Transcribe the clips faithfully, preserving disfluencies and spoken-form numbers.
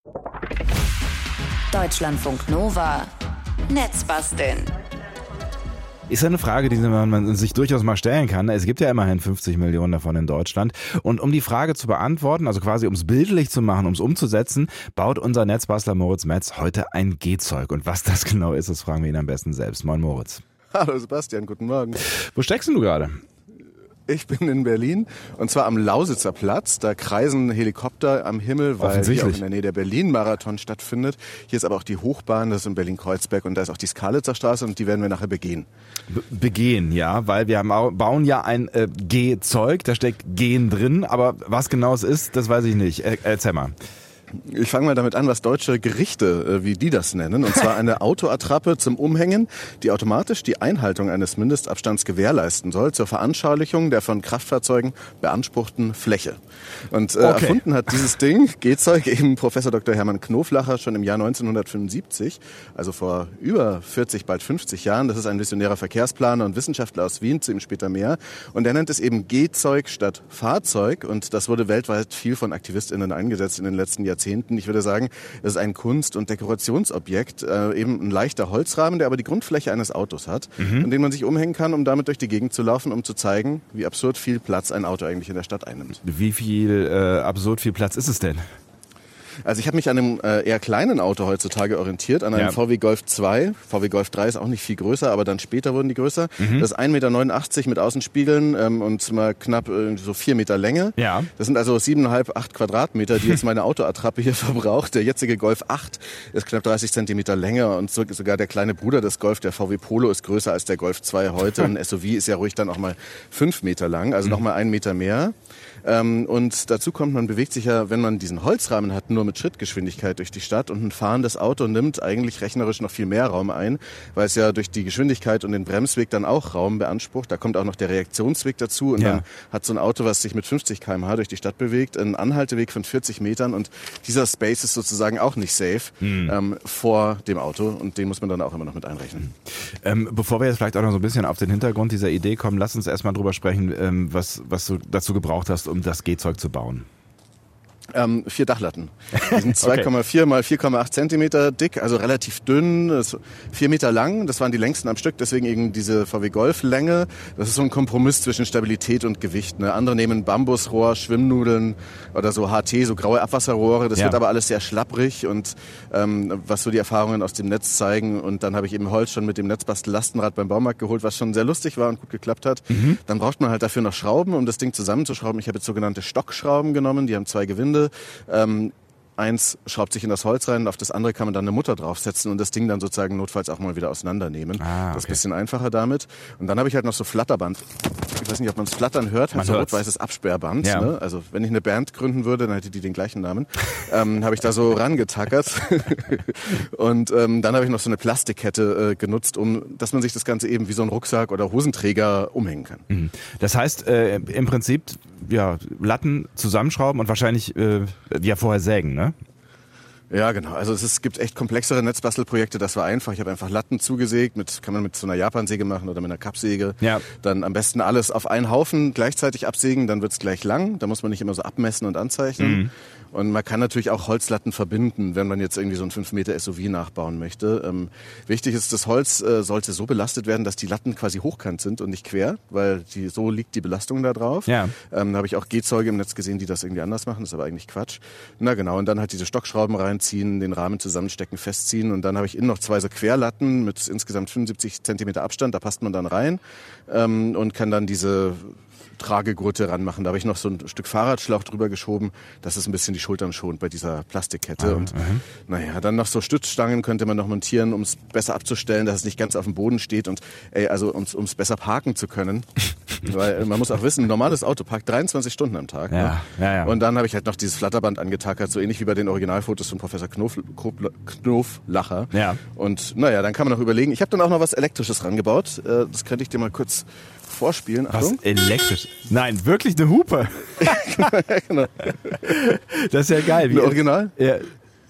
Deutschlandfunk Nova. Netzbasteln. Ist ja eine Frage, die man, man sich durchaus mal stellen kann. Es gibt ja immerhin fünfzig Millionen davon in Deutschland. Und um die Frage zu beantworten, also quasi um es bildlich zu machen, um es umzusetzen, baut unser Netzbastler Moritz Metz heute ein Gehzeug. Und was das genau ist, das fragen wir ihn am besten selbst. Moin Moritz. Hallo Sebastian, guten Morgen. Wo steckst denn du gerade? Ich bin in Berlin und zwar am Lausitzer Platz. Da kreisen Helikopter am Himmel, weil hier auch in der Nähe der Berlin-Marathon stattfindet. Hier ist aber auch die Hochbahn, das ist in Berlin-Kreuzberg und da ist auch die Skalitzer Straße und die werden wir nachher begehen. Be- begehen, ja, weil wir haben, bauen ja ein äh, Gehzeug, da steckt Gehen drin, aber was genau es ist, das weiß ich nicht. Er- erzähl mal. Ich fange mal damit an, was deutsche Gerichte, wie die das nennen. Und zwar eine Autoattrappe zum Umhängen, die automatisch die Einhaltung eines Mindestabstands gewährleisten soll zur Veranschaulichung der von Kraftfahrzeugen beanspruchten Fläche. Und äh, Okay. erfunden hat dieses Ding, Gehzeug, eben Professor Doktor Hermann Knoflacher schon im Jahr neunzehnhundertfünfundsiebzig, also vor über vierzig, bald fünfzig Jahren. Das ist ein visionärer Verkehrsplaner und Wissenschaftler aus Wien, zu ihm später mehr. Und er nennt es eben Gehzeug statt Fahrzeug. Und das wurde weltweit viel von AktivistInnen eingesetzt in den letzten Jahrzehnten. Ich würde sagen, es ist ein Kunst- und Dekorationsobjekt, äh, eben ein leichter Holzrahmen, der aber die Grundfläche eines Autos hat, mhm. und den man sich umhängen kann, um damit durch die Gegend zu laufen, um zu zeigen, wie absurd viel Platz ein Auto eigentlich in der Stadt einnimmt. Wie viel, äh, absurd viel Platz ist es denn? Also ich habe mich an einem äh, eher kleinen Auto heutzutage orientiert, an einem Ja. V W Golf zwei. V W Golf drei ist auch nicht viel größer, aber dann später wurden die größer. Mhm. Das ist ein Meter neunundachtzig mit Außenspiegeln ähm, und mal knapp äh, so vier Meter Länge. Ja. Das sind also siebeneinhalb, acht Quadratmeter, die jetzt meine Autoattrappe hier verbraucht. Der jetzige Golf acht ist knapp dreißig Zentimeter länger und so, sogar der kleine Bruder des Golf, der V W Polo, ist größer als der Golf zwei heute. Ein S U V ist ja ruhig dann auch mal fünf Meter lang, also mhm. noch mal einen Meter mehr. Ähm, und dazu kommt, man bewegt sich ja, wenn man diesen Holzrahmen hat, nur mit Schrittgeschwindigkeit durch die Stadt, und ein fahrendes Auto nimmt eigentlich rechnerisch noch viel mehr Raum ein, weil es ja durch die Geschwindigkeit und den Bremsweg dann auch Raum beansprucht. Da kommt auch noch der Reaktionsweg dazu und ja. dann hat so ein Auto, was sich mit fünfzig Kilometer pro Stunde durch die Stadt bewegt, einen Anhalteweg von vierzig Metern, und dieser Space ist sozusagen auch nicht safe hm. ähm, vor dem Auto, und den muss man dann auch immer noch mit einrechnen. Ähm, bevor wir jetzt vielleicht auch noch so ein bisschen auf den Hintergrund dieser Idee kommen, lass uns erstmal drüber sprechen, ähm, was, was du dazu gebraucht hast, um das Gehzeug zu bauen. Ähm, vier Dachlatten. Die sind zwei Komma vier mal vier Komma acht Zentimeter dick, also relativ dünn, vier Meter lang. Das waren die längsten am Stück, deswegen eben diese V W Golf-Länge. Das ist so ein Kompromiss zwischen Stabilität und Gewicht. Ne? Andere nehmen Bambusrohr, Schwimmnudeln oder so H T, so graue Abwasserrohre. Das ja. wird aber alles sehr schlapprig, und ähm, was so die Erfahrungen aus dem Netz zeigen. Und dann habe ich eben Holz schon mit dem Netzbastel-Lastenrad beim Baumarkt geholt, was schon sehr lustig war und gut geklappt hat. Mhm. Dann braucht man halt dafür noch Schrauben, um das Ding zusammenzuschrauben. Ich habe jetzt sogenannte Stockschrauben genommen, die haben zwei Gewinde. Ähm, eins schraubt sich in das Holz rein, auf das andere kann man dann eine Mutter draufsetzen und das Ding dann sozusagen notfalls auch mal wieder auseinandernehmen. Ah, okay. Das ist ein bisschen einfacher damit. Und dann habe ich halt noch so Flatterband. Ich weiß nicht, ob man es flattern hört, halt so rot-weißes Absperrband. Ja. Ne? Also wenn ich eine Band gründen würde, dann hätte die den gleichen Namen. ähm, habe ich da so rangetackert. Und ähm, dann habe ich noch so eine Plastikkette äh, genutzt, um, dass man sich das Ganze eben wie so ein Rucksack oder Hosenträger umhängen kann. Mhm. Das heißt, äh, im Prinzip ja, Latten zusammenschrauben und wahrscheinlich äh, ja vorher sägen, ne? Ja, genau. Also es, ist, es gibt echt komplexere Netzbastelprojekte. Das war einfach. Ich habe einfach Latten zugesägt. Mit, kann man mit so einer Japansäge machen oder mit einer Kappsäge. Ja. Dann am besten alles auf einen Haufen gleichzeitig absägen. Dann wird's gleich lang. Da muss man nicht immer so abmessen und anzeichnen. Mhm. Und man kann natürlich auch Holzlatten verbinden, wenn man jetzt irgendwie so einen fünf Meter S U V nachbauen möchte. Ähm, wichtig ist, das Holz äh, sollte so belastet werden, dass die Latten quasi hochkant sind und nicht quer, weil die, so liegt die Belastung da drauf. Ja. Ähm, da habe ich auch Gehzeuge im Netz gesehen, die das irgendwie anders machen. Das ist aber eigentlich Quatsch. Na genau, und dann halt diese Stockschrauben reinziehen, den Rahmen zusammenstecken, festziehen. Und dann habe ich innen noch zwei so Querlatten mit insgesamt fünfundsiebzig Zentimeter Abstand. Da passt man dann rein ähm, und kann dann diese Tragegurte ranmachen. Da habe ich noch so ein Stück Fahrradschlauch drüber geschoben, dass es ein bisschen die Schultern schont bei dieser Plastikkette. Ah, und mhm. naja, dann noch so Stützstangen könnte man noch montieren, um es besser abzustellen, dass es nicht ganz auf dem Boden steht, und ey, also um es besser parken zu können. Weil man muss auch wissen, ein normales Auto parkt dreiundzwanzig Stunden am Tag. Ja, ne? ja, ja. Und dann habe ich halt noch dieses Flatterband angetackert, so ähnlich wie bei den Originalfotos von Professor Knof, Knoflacher. Ja. Und naja, dann kann man noch überlegen. Ich habe dann auch noch was Elektrisches rangebaut. Das könnte ich dir mal kurz vorspielen. Achtung. Was? Elektrisch? Nein, wirklich eine Hupe. Genau. Das ist ja geil. Wie Original? Ja.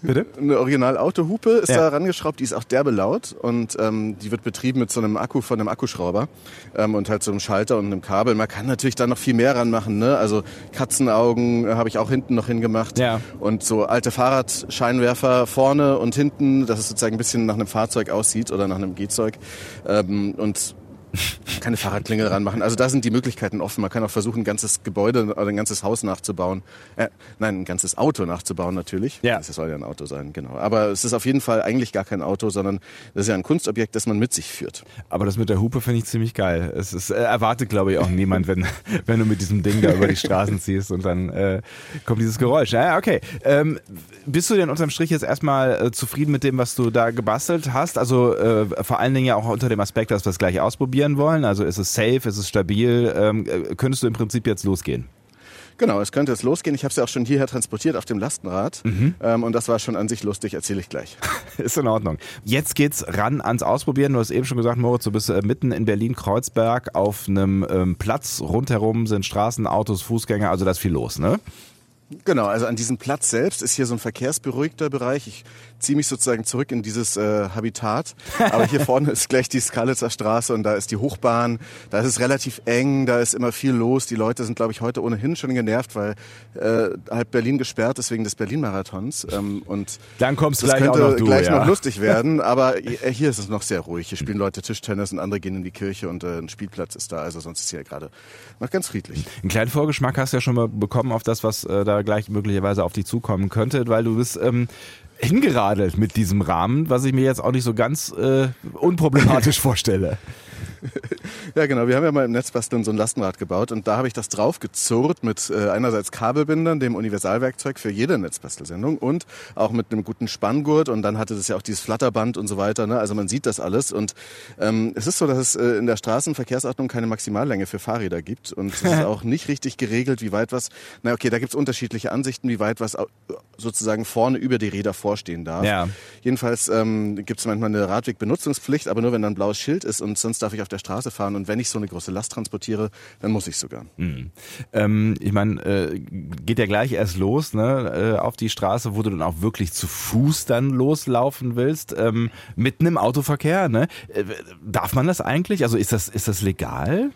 Bitte? Eine Original-Autohupe ist ja. da rangeschraubt, die ist auch derbe laut und ähm, die wird betrieben mit so einem Akku von einem Akkuschrauber ähm, und halt so einem Schalter und einem Kabel. Man kann natürlich da noch viel mehr ranmachen, ne? Also Katzenaugen äh, habe ich auch hinten noch hingemacht ja. und so alte Fahrradscheinwerfer vorne und hinten, dass es sozusagen ein bisschen nach einem Fahrzeug aussieht oder nach einem Gehzeug ähm, und keine Fahrradklingel ranmachen. Also da sind die Möglichkeiten offen. Man kann auch versuchen, ein ganzes Gebäude oder ein ganzes Haus nachzubauen. Äh, nein, ein ganzes Auto nachzubauen natürlich. Ja. Das soll ja ein Auto sein, genau. Aber es ist auf jeden Fall eigentlich gar kein Auto, sondern das ist ja ein Kunstobjekt, das man mit sich führt. Aber das mit der Hupe finde ich ziemlich geil. Es ist, äh, erwartet, glaube ich, auch niemand, wenn, wenn du mit diesem Ding da über die Straßen ziehst und dann äh, kommt dieses Geräusch. Ja, okay. Ähm, bist du denn unterm Strich jetzt erstmal äh, zufrieden mit dem, was du da gebastelt hast? Also äh, vor allen Dingen ja auch unter dem Aspekt, dass wir es gleich ausprobieren wollen. Also ist es safe, ist es stabil? Ähm, könntest du im Prinzip jetzt losgehen? Genau, es könnte jetzt losgehen. Ich habe es ja auch schon hierher transportiert auf dem Lastenrad. Mhm. Ähm, und das war schon an sich lustig, erzähle ich gleich. Ist in Ordnung. Jetzt geht's ran ans Ausprobieren. Du hast eben schon gesagt, Moritz, du bist äh, mitten in Berlin-Kreuzberg auf einem ähm, Platz. Rundherum sind Straßen, Autos, Fußgänger, also da ist viel los, ne? Genau, also an diesem Platz selbst ist hier so ein verkehrsberuhigter Bereich. Ich ziehe mich sozusagen zurück in dieses äh, Habitat. Aber hier vorne ist gleich die Skalitzer Straße und da ist die Hochbahn. Da ist es relativ eng, da ist immer viel los. Die Leute sind, glaube ich, heute ohnehin schon genervt, weil äh, halb Berlin gesperrt ist wegen des Berlin-Marathons. Ähm, und dann kommst das gleich könnte auch noch du, gleich ja. noch lustig werden. Aber hier ist es noch sehr ruhig. Hier spielen Leute Tischtennis und andere gehen in die Kirche und äh, ein Spielplatz ist da. Also sonst ist hier gerade noch ganz friedlich. Einen kleinen Vorgeschmack hast du ja schon mal bekommen auf das, was äh, da gleich möglicherweise auf dich zukommen könnte, weil du bist ähm, hingeradelt mit diesem Rahmen, was ich mir jetzt auch nicht so ganz äh, unproblematisch vorstelle. Ja, genau. Wir haben ja mal im Netzbasteln so ein Lastenrad gebaut und da habe ich das draufgezurrt mit äh, einerseits Kabelbindern, dem Universalwerkzeug für jede Netzbastelsendung und auch mit einem guten Spanngurt und dann hatte das ja auch dieses Flatterband und so weiter. Ne? Also man sieht das alles und ähm, es ist so, dass es äh, in der Straßenverkehrsordnung keine Maximallänge für Fahrräder gibt und es ist auch nicht richtig geregelt, wie weit was, na okay, da gibt es unterschiedliche Ansichten, wie weit was sozusagen vorne über die Räder vorstehen darf. Ja. Jedenfalls ähm, gibt es manchmal eine Radwegbenutzungspflicht, aber nur wenn da ein blaues Schild ist und sonst darf ich auf der Straße fahren und wenn ich so eine große Last transportiere, dann muss ich sogar. Mhm. Ähm, ich meine, äh, geht ja gleich erst los, ne, äh, auf die Straße, wo du dann auch wirklich zu Fuß dann loslaufen willst, ähm, mitten im Autoverkehr, ne? Äh, darf man das eigentlich? Also ist das, ist das legal?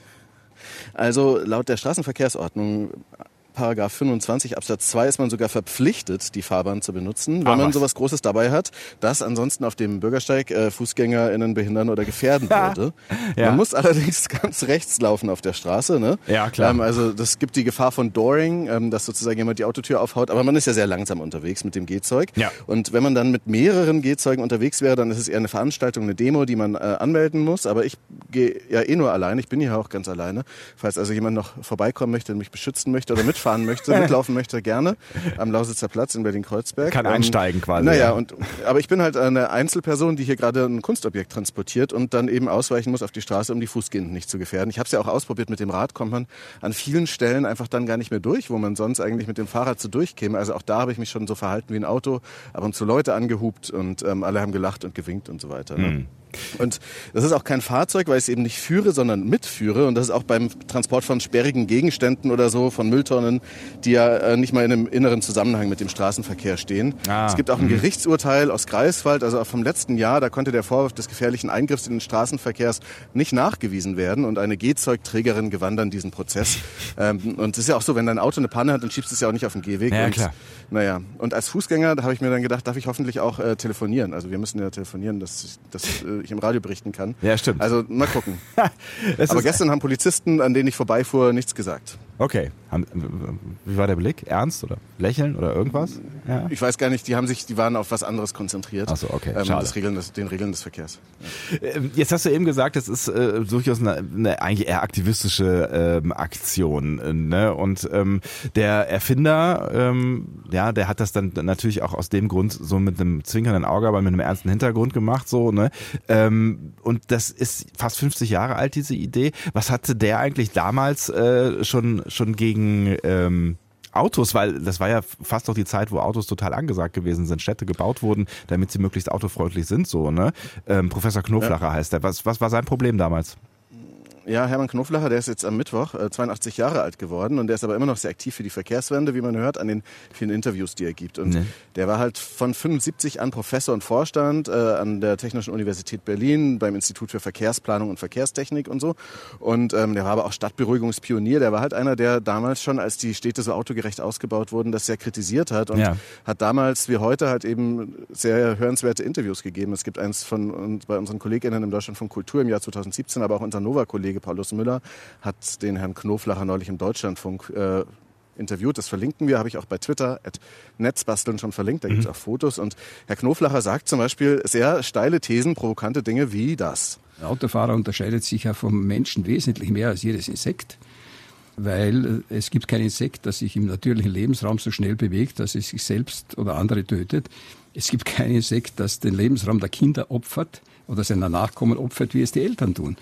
Also laut der Straßenverkehrsordnung Paragraph fünfundzwanzig Absatz zwei ist man sogar verpflichtet, die Fahrbahn zu benutzen, wenn Ach, man was. sowas Großes dabei hat, das ansonsten auf dem Bürgersteig äh, FußgängerInnen behindern oder gefährden würde. Ja. Man muss allerdings ganz rechts laufen auf der Straße. Ne? Ja, klar. Ähm, also das gibt die Gefahr von Dooring, ähm, dass sozusagen jemand die Autotür aufhaut, aber man ist ja sehr langsam unterwegs mit dem Gehzeug. Ja. Und wenn man dann mit mehreren Gehzeugen unterwegs wäre, dann ist es eher eine Veranstaltung, eine Demo, die man äh, anmelden muss. Aber ich gehe ja eh nur allein, ich bin hier auch ganz alleine. Falls also jemand noch vorbeikommen möchte, mich beschützen möchte oder mitfahren möchte, mitlaufen möchte, gerne am Lausitzer Platz in Berlin-Kreuzberg. Kann ähm, einsteigen quasi. Naja, ja. und, aber ich bin halt eine Einzelperson, die hier gerade ein Kunstobjekt transportiert und dann eben ausweichen muss auf die Straße, um die Fußgehenden nicht zu gefährden. Ich habe es ja auch ausprobiert mit dem Rad, kommt man an vielen Stellen einfach dann gar nicht mehr durch, wo man sonst eigentlich mit dem Fahrrad so durchkäme. Also auch da habe ich mich schon so verhalten wie ein Auto, ab und zu Leute angehupt und ähm, alle haben gelacht und gewinkt und so weiter. Ne? Mhm. Und das ist auch kein Fahrzeug, weil ich es eben nicht führe, sondern mitführe. Und das ist auch beim Transport von sperrigen Gegenständen oder so, von Mülltonnen, die ja äh, nicht mal in einem inneren Zusammenhang mit dem Straßenverkehr stehen. Ah, es gibt auch ein mh. Gerichtsurteil aus Greifswald, also auch vom letzten Jahr, da konnte der Vorwurf des gefährlichen Eingriffs in den Straßenverkehrs nicht nachgewiesen werden. Und eine Gehzeugträgerin gewann dann diesen Prozess. ähm, und es ist ja auch so, wenn dein Auto eine Panne hat, dann schiebst du es ja auch nicht auf den Gehweg. Ja, und, klar. Naja, und als Fußgänger, da habe ich mir dann gedacht, darf ich hoffentlich auch äh, telefonieren. Also wir müssen ja telefonieren, dass ich, dass, äh, ich im Radio berichten kann. Ja, stimmt. Also mal gucken. Es Aber ist- gestern haben Polizisten, an denen ich vorbeifuhr, nichts gesagt. Okay. Haben- Wie war der Blick? Ernst oder lächeln oder irgendwas? Ja. Ich weiß gar nicht, die haben sich, die waren auf was anderes konzentriert. Ach so, okay, Ähm, schade. das Regeln des, den Regeln des Verkehrs. Ähm, Jetzt hast du eben gesagt, es ist äh, durchaus eine, eine eigentlich eher aktivistische ähm, Aktion. Äh, ne? Und ähm, der Erfinder, ähm, ja, der hat das dann natürlich auch aus dem Grund so mit einem zwinkernden Auge, aber mit einem ernsten Hintergrund gemacht. So, ne? Ähm, und das ist fast fünfzig Jahre alt, diese Idee. Was hatte der eigentlich damals äh, schon, schon gegen ähm, Autos, weil das war ja fast noch die Zeit, wo Autos total angesagt gewesen sind, Städte gebaut wurden, damit sie möglichst autofreundlich sind, so, ne? Ähm, Professor Knoflacher Ja. heißt der. Was, was war sein Problem damals? Ja, Hermann Knoflacher, der ist jetzt am Mittwoch äh, zweiundachtzig Jahre alt geworden und der ist aber immer noch sehr aktiv für die Verkehrswende, wie man hört, an den vielen Interviews, die er gibt. Und nee. der war halt von fünfundsiebzig an Professor und Vorstand äh, an der Technischen Universität Berlin, beim Institut für Verkehrsplanung und Verkehrstechnik und so. Und ähm, der war aber auch Stadtberuhigungspionier. Der war halt einer, der damals schon, als die Städte so autogerecht ausgebaut wurden, das sehr kritisiert hat und ja. hat damals wie heute halt eben sehr hörenswerte Interviews gegeben. Es gibt eins von uns, bei unseren KollegInnen im Deutschlandfunk Kultur im Jahr zweitausendsiebzehn, aber auch unser Nova-Kollege Paulus Müller hat den Herrn Knoflacher neulich im Deutschlandfunk äh, interviewt. Das verlinken wir, habe ich auch bei Twitter at netzbasteln schon verlinkt, da mhm. gibt es auch Fotos. Und Herr Knoflacher sagt zum Beispiel sehr steile Thesen, provokante Dinge wie das. Der Autofahrer unterscheidet sich ja vom Menschen wesentlich mehr als jedes Insekt, weil es gibt kein Insekt, das sich im natürlichen Lebensraum so schnell bewegt, dass es sich selbst oder andere tötet. Es gibt kein Insekt, das den Lebensraum der Kinder opfert oder seiner Nachkommen opfert, wie es die Eltern tun.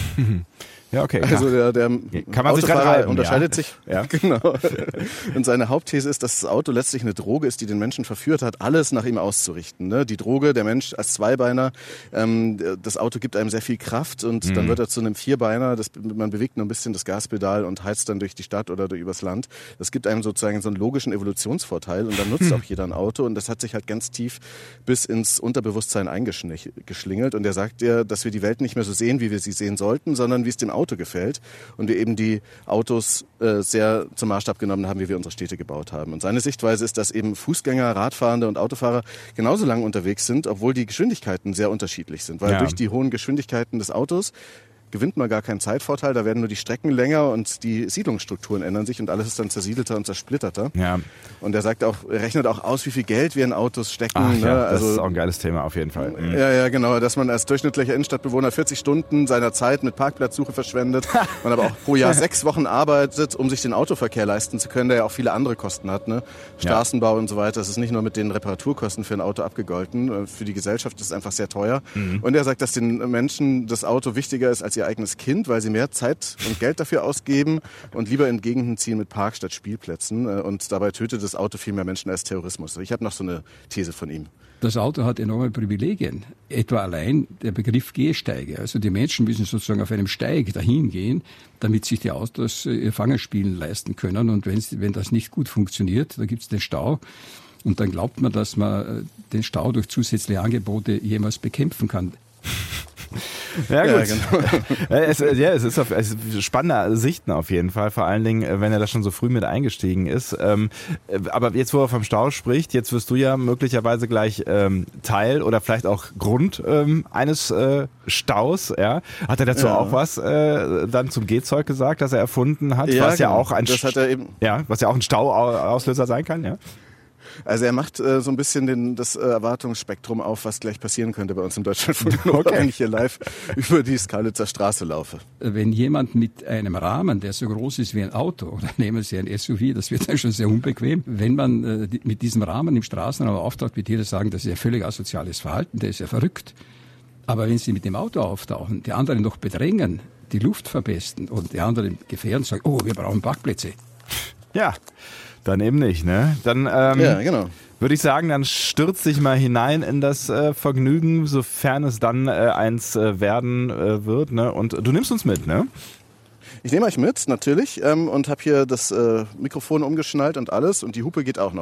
Ja, okay. Also der, der Kann man Autofahrer sich unterscheidet ja. sich. Ja. Genau. Und seine Hauptthese ist, dass das Auto letztlich eine Droge ist, die den Menschen verführt hat, alles nach ihm auszurichten. Ne? Die Droge, der Mensch als Zweibeiner, ähm, das Auto gibt einem sehr viel Kraft und mhm. dann wird er zu einem Vierbeiner. Das, man bewegt nur ein bisschen das Gaspedal und heizt dann durch die Stadt oder durch, übers Land. Das gibt einem sozusagen so einen logischen Evolutionsvorteil und dann nutzt auch jeder ein Auto und das hat sich halt ganz tief bis ins Unterbewusstsein eingeschlingelt. Und er sagt ja, dass wir die Welt nicht mehr so sehen, wie wir sie sehen sollten, sondern wie es dem Auto gefällt und wir eben die Autos äh, sehr zum Maßstab genommen haben, wie wir unsere Städte gebaut haben. Und seine Sichtweise ist, dass eben Fußgänger, Radfahrende und Autofahrer genauso lang unterwegs sind, obwohl die Geschwindigkeiten sehr unterschiedlich sind. Weil ja. durch die hohen Geschwindigkeiten des Autos gewinnt man gar keinen Zeitvorteil, da werden nur die Strecken länger und die Siedlungsstrukturen ändern sich und alles ist dann zersiedelter und zersplitterter. Ja. Und er sagt auch, er rechnet auch aus, wie viel Geld wir in Autos stecken. Ach, ne? ja, also, das ist auch ein geiles Thema auf jeden Fall. Mhm. Ja, ja, genau, dass man als durchschnittlicher Innenstadtbewohner vierzig Stunden seiner Zeit mit Parkplatzsuche verschwendet, man aber auch pro Jahr sechs Wochen arbeitet, um sich den Autoverkehr leisten zu können, der ja auch viele andere Kosten hat, ne? Straßenbau ja. und so weiter. Das ist nicht nur mit den Reparaturkosten für ein Auto abgegolten, für die Gesellschaft ist es einfach sehr teuer. Mhm. Und er sagt, dass den Menschen das Auto wichtiger ist als ihr eigenes Kind, weil sie mehr Zeit und Geld dafür ausgeben und lieber in Gegenden ziehen mit Park statt Spielplätzen. Und dabei tötet das Auto viel mehr Menschen als Terrorismus. Ich habe noch so eine These von ihm. Das Auto hat enorme Privilegien. Etwa allein der Begriff Gehsteige. Also die Menschen müssen sozusagen auf einem Steig dahin gehen, damit sich die Autos ihr Fangerspielen leisten können. Und wenn das nicht gut funktioniert, da gibt es den Stau. Und dann glaubt man, dass man den Stau durch zusätzliche Angebote jemals bekämpfen kann. Ja, gut. Ja, genau. es, ja, es ist, auf, es ist spannende Sichten auf jeden Fall, vor allen Dingen, wenn er da schon so früh mit eingestiegen ist. Ähm, aber jetzt, wo er vom Stau spricht, jetzt wirst du ja möglicherweise gleich ähm, Teil oder vielleicht auch Grund ähm, eines äh, Staus. Ja? Hat er dazu ja. auch was äh, dann zum Gehzeug gesagt, das er erfunden hat, ja, was genau. ja auch ein das hat er eben. Ja, was ja auch ein Stauauslöser sein kann, ja? Also er macht äh, so ein bisschen den, das äh, Erwartungsspektrum auf, was gleich passieren könnte bei uns in Deutschland, okay. wenn ich hier live über die Skalitzer Straße laufe. Wenn jemand mit einem Rahmen, der so groß ist wie ein Auto, oder nehmen Sie ein S U V, das wird dann schon sehr unbequem. Wenn man äh, die, mit diesem Rahmen im Straßenraum auftaucht, wird jeder sagen, das ist ja völlig asoziales Verhalten, der ist ja verrückt. Aber wenn Sie mit dem Auto auftauchen, die anderen noch bedrängen, die Luft verpesten und die anderen gefährden, sagen, oh, wir brauchen Parkplätze. Ja. Dann eben nicht, ne? Dann ähm, ja, genau. würde ich sagen, dann stürzt dich mal hinein in das äh, Vergnügen, sofern es dann äh, eins äh, werden äh, wird, ne? Und du nimmst uns mit, ne? Ich nehme euch mit, natürlich, ähm, und habe hier das äh, Mikrofon umgeschnallt und alles und die Hupe geht auch noch.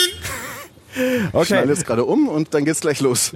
Okay. Ich schnalle jetzt gerade um und dann geht's gleich los.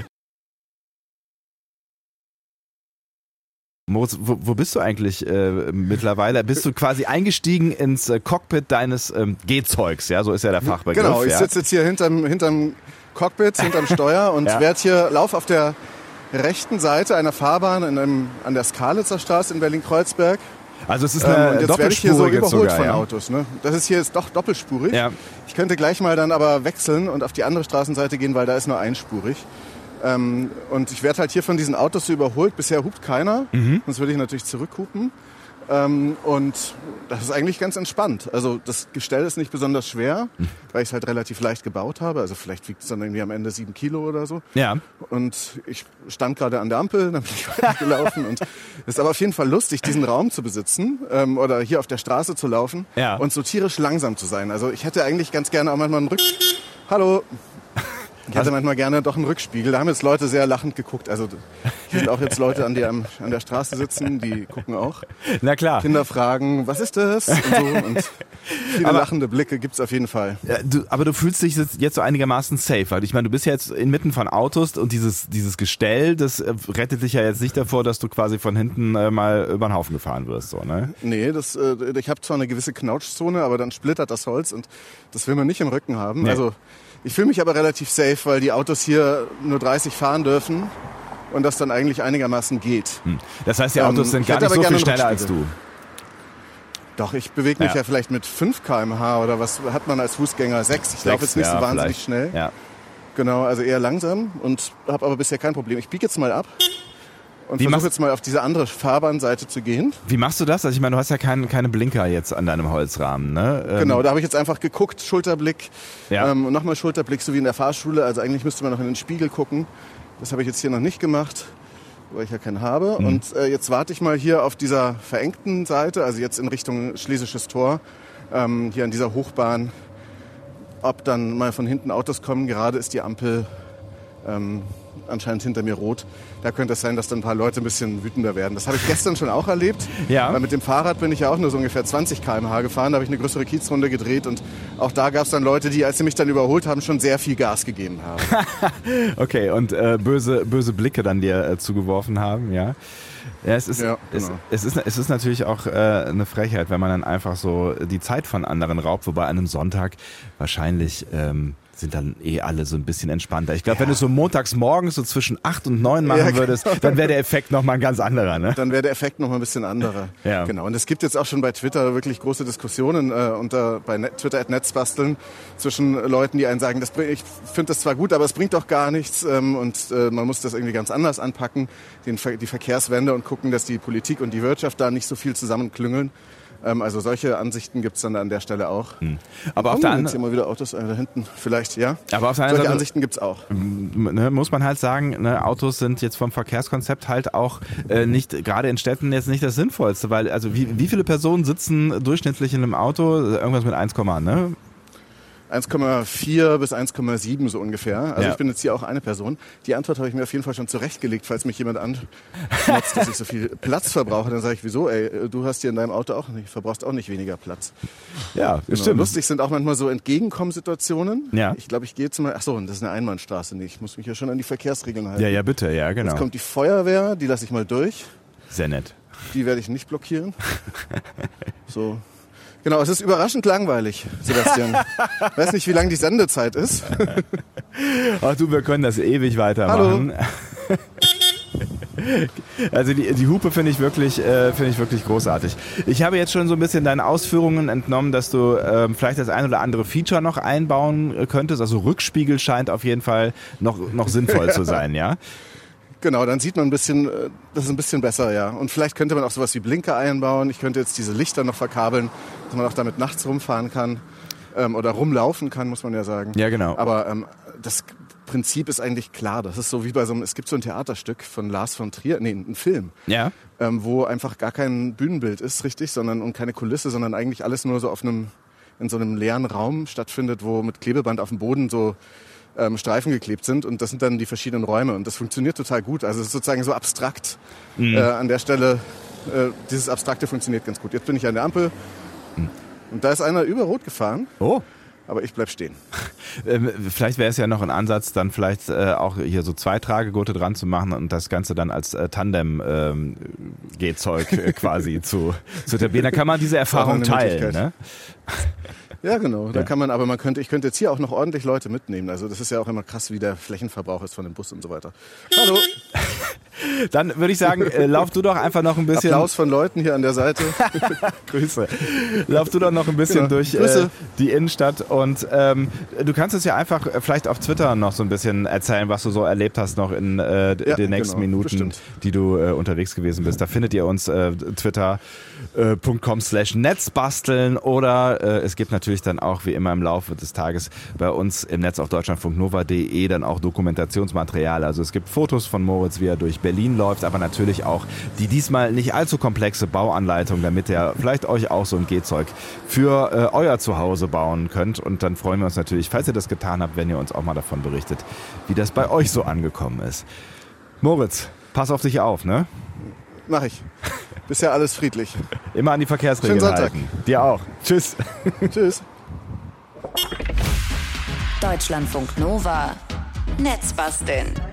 Moritz, wo, wo bist du eigentlich äh, mittlerweile? Bist du quasi eingestiegen ins äh, Cockpit deines ähm, Gehzeugs, ja? So ist ja der Fachbegriff. Genau, ich ja. sitze jetzt hier hinterm, hinterm Cockpit, hinterm Steuer und ja. werde hier, lauf auf der rechten Seite einer Fahrbahn in einem, an der Skalitzer Straße in Berlin-Kreuzberg. Also es ist eine ähm, und jetzt werde ich hier so überholt sogar, von ja. Autos. Ne? Das ist hier ist doch doppelspurig. Ja. Ich könnte gleich mal dann aber wechseln und auf die andere Straßenseite gehen, weil da ist nur einspurig. Ähm, und ich werde halt hier von diesen Autos so überholt. Bisher hupt keiner, mhm. sonst würde ich natürlich zurückhupen. Ähm, und das ist eigentlich ganz entspannt. Also das Gestell ist nicht besonders schwer, mhm. weil ich es halt relativ leicht gebaut habe. Also vielleicht wiegt es dann irgendwie am Ende sieben Kilo oder so. Ja. Und ich stand gerade an der Ampel, dann bin ich weitergelaufen. Und es ist aber auf jeden Fall lustig, diesen Raum zu besitzen ähm, oder hier auf der Straße zu laufen ja. und so tierisch langsam zu sein. Also ich hätte eigentlich ganz gerne auch manchmal einen Rück... Hallo... Ich hätte manchmal gerne doch einen Rückspiegel. Da haben jetzt Leute sehr lachend geguckt. Also hier sind auch jetzt Leute, an die am, an der Straße sitzen, die gucken auch. Na klar. Kinder fragen, was ist das? Und so. Und viele aber, lachende Blicke gibt's auf jeden Fall. Ja, du, aber du fühlst dich jetzt so einigermaßen safe. Weil ich meine, du bist ja jetzt inmitten von Autos und dieses, dieses Gestell, das rettet dich ja jetzt nicht davor, dass du quasi von hinten äh, mal über den Haufen gefahren wirst. So, ne? Nee, das, äh, ich habe zwar eine gewisse Knautschzone, aber dann splittert das Holz und das will man nicht im Rücken haben. Nee. Also ich fühle mich aber relativ safe, weil die Autos hier nur dreißig fahren dürfen und das dann eigentlich einigermaßen geht. Hm. Das heißt, die Autos ähm, sind gar nicht so viel schneller als du. Doch, ich bewege mich ja. ja vielleicht mit fünf Kilometer pro Stunde oder was hat man als Fußgänger? sechs. Ich laufe jetzt nicht ja, so wahnsinnig vielleicht. schnell. Ja. Genau, also eher langsam und habe aber bisher kein Problem. Ich biege jetzt mal ab. Und versuche jetzt mal auf diese andere Fahrbahnseite zu gehen. Wie machst du das? Also ich meine, du hast ja kein, keine Blinker jetzt an deinem Holzrahmen, ne? Ähm genau, da habe ich jetzt einfach geguckt, Schulterblick, ja. ähm, und nochmal Schulterblick, so wie in der Fahrschule. Also eigentlich müsste man noch in den Spiegel gucken. Das habe ich jetzt hier noch nicht gemacht, weil ich ja keinen habe. Mhm. Und äh, jetzt warte ich mal hier auf dieser verengten Seite, also jetzt in Richtung Schlesisches Tor, ähm, hier an dieser Hochbahn, ob dann mal von hinten Autos kommen. Gerade ist die Ampel ähm, anscheinend hinter mir rot. Da könnte es sein, dass dann ein paar Leute ein bisschen wütender werden. Das habe ich gestern schon auch erlebt. Ja. Weil mit dem Fahrrad bin ich ja auch nur so ungefähr zwanzig Kilometer pro Stunde gefahren. Da habe ich eine größere Kiezrunde gedreht und auch da gab es dann Leute, die, als sie mich dann überholt haben, schon sehr viel Gas gegeben haben. Okay, und äh, böse, böse Blicke dann dir äh, zugeworfen haben, ja. Ja, es ist, ja, genau. es, es ist, es ist natürlich auch äh, eine Frechheit, wenn man dann einfach so die Zeit von anderen raubt, wobei an einem Sonntag wahrscheinlich ähm, sind dann eh alle so ein bisschen entspannter. Ich glaube, ja. wenn du so montags morgens so zwischen acht und neun machen ja, genau. würdest, dann wäre der Effekt nochmal ein ganz anderer, ne? Dann wäre der Effekt nochmal ein bisschen anderer. Ja. Genau. Und es gibt jetzt auch schon bei Twitter wirklich große Diskussionen äh, unter bei Net, Twitter at Netzbasteln zwischen Leuten, die einen sagen, das bring, ich finde das zwar gut, aber es bringt doch gar nichts ähm, und äh, man muss das irgendwie ganz anders anpacken, den, die Verkehrswende und gucken, dass die Politik und die Wirtschaft da nicht so viel zusammenklüngeln. Also solche Ansichten gibt es dann an der Stelle auch. Hm. Aber oh, auf der anderen Seite immer wieder Autos äh, da hinten vielleicht, ja. Aber auf der solche Seite, Ansichten gibt es auch. Ne, muss man halt sagen, ne, Autos sind jetzt vom Verkehrskonzept halt auch äh, nicht gerade in Städten jetzt nicht das Sinnvollste, weil also wie, wie viele Personen sitzen durchschnittlich in einem Auto? Irgendwas mit eins, ne? eins Komma vier bis eins Komma sieben so ungefähr. Also ja. ich bin jetzt hier auch eine Person. Die Antwort habe ich mir auf jeden Fall schon zurechtgelegt, falls mich jemand annutzt, dass ich so viel Platz verbrauche. Dann sage ich, wieso? Ey, du hast hier in deinem Auto auch nicht, verbrauchst auch nicht weniger Platz. Ja, genau. Stimmt. Lustig sind auch manchmal so Entgegenkommensituationen. Ja. Ich glaube, ich gehe jetzt mal, ach so, das ist eine Einbahnstraße. Nee, ich muss mich ja schon an die Verkehrsregeln halten. Ja, ja, bitte, ja, genau. Jetzt kommt die Feuerwehr, die lasse ich mal durch. Sehr nett. Die werde ich nicht blockieren. So. Genau, es ist überraschend langweilig, Sebastian. Ich weiß nicht, wie lang die Sendezeit ist. Ach du, wir können das ewig weitermachen. Hallo. Also die, die Hupe finde ich wirklich, äh, finde ich wirklich großartig. Ich habe jetzt schon so ein bisschen deinen Ausführungen entnommen, dass du ähm, vielleicht das ein oder andere Feature noch einbauen könntest. Also Rückspiegel scheint auf jeden Fall noch, noch sinnvoll zu sein, ja? Genau, dann sieht man ein bisschen, das ist ein bisschen besser, ja. Und vielleicht könnte man auch sowas wie Blinker einbauen. Ich könnte jetzt diese Lichter noch verkabeln, dass man auch damit nachts rumfahren kann ähm, oder rumlaufen kann, muss man ja sagen. Ja, genau. Aber ähm, das Prinzip ist eigentlich klar. Das ist so wie bei so einem, es gibt so ein Theaterstück von Lars von Trier, nee, ein Film, ja. ähm, wo einfach gar kein Bühnenbild ist, richtig, sondern und keine Kulisse, sondern eigentlich alles nur so auf einem, in so einem leeren Raum stattfindet, wo mit Klebeband auf dem Boden so ähm, Streifen geklebt sind und das sind dann die verschiedenen Räume und das funktioniert total gut. Also es ist sozusagen so abstrakt mhm. äh, an der Stelle. Äh, dieses Abstrakte funktioniert ganz gut. Jetzt bin ich an der Ampel mhm. und da ist einer über Rot gefahren. Oh. Aber ich bleib stehen. Vielleicht wäre es ja noch ein Ansatz, dann vielleicht äh, auch hier so zwei Tragegurte dran zu machen und das Ganze dann als äh, Tandem-Gehzeug ähm, äh, quasi zu, zu etablieren. Da kann man diese Erfahrung teilen. Ne? Ja, genau. Da ja. kann man, aber man könnte, ich könnte jetzt hier auch noch ordentlich Leute mitnehmen. Also das ist ja auch immer krass, wie der Flächenverbrauch ist von dem Bus und so weiter. Hallo. Dann würde ich sagen, äh, lauf du doch einfach noch ein bisschen... Applaus von Leuten hier an der Seite. Grüße. Lauf du doch noch ein bisschen genau. durch äh, die Innenstadt und ähm, du kannst es ja einfach vielleicht auf Twitter noch so ein bisschen erzählen, was du so erlebt hast noch in äh, ja, den nächsten genau, Minuten, bestimmt. die du äh, unterwegs gewesen bist. Da findet ihr uns äh, twitter punkt com slash netzbasteln oder äh, es gibt natürlich dann auch wie immer im Laufe des Tages bei uns im Netz auf deutschlandfunknova punkt de dann auch Dokumentationsmaterial. Also es gibt Fotos von Moritz, wie er durch Berlin Berlin läuft, aber natürlich auch die diesmal nicht allzu komplexe Bauanleitung, damit ihr vielleicht euch auch so ein Gehzeug für äh, euer Zuhause bauen könnt. Und dann freuen wir uns natürlich, falls ihr das getan habt, wenn ihr uns auch mal davon berichtet, wie das bei euch so angekommen ist. Moritz, pass auf dich auf, ne? Mach ich. Bisher alles friedlich. Immer an die Verkehrsregeln halten. Dir auch. Tschüss. Tschüss. Deutschlandfunk Nova. Netzbasteln.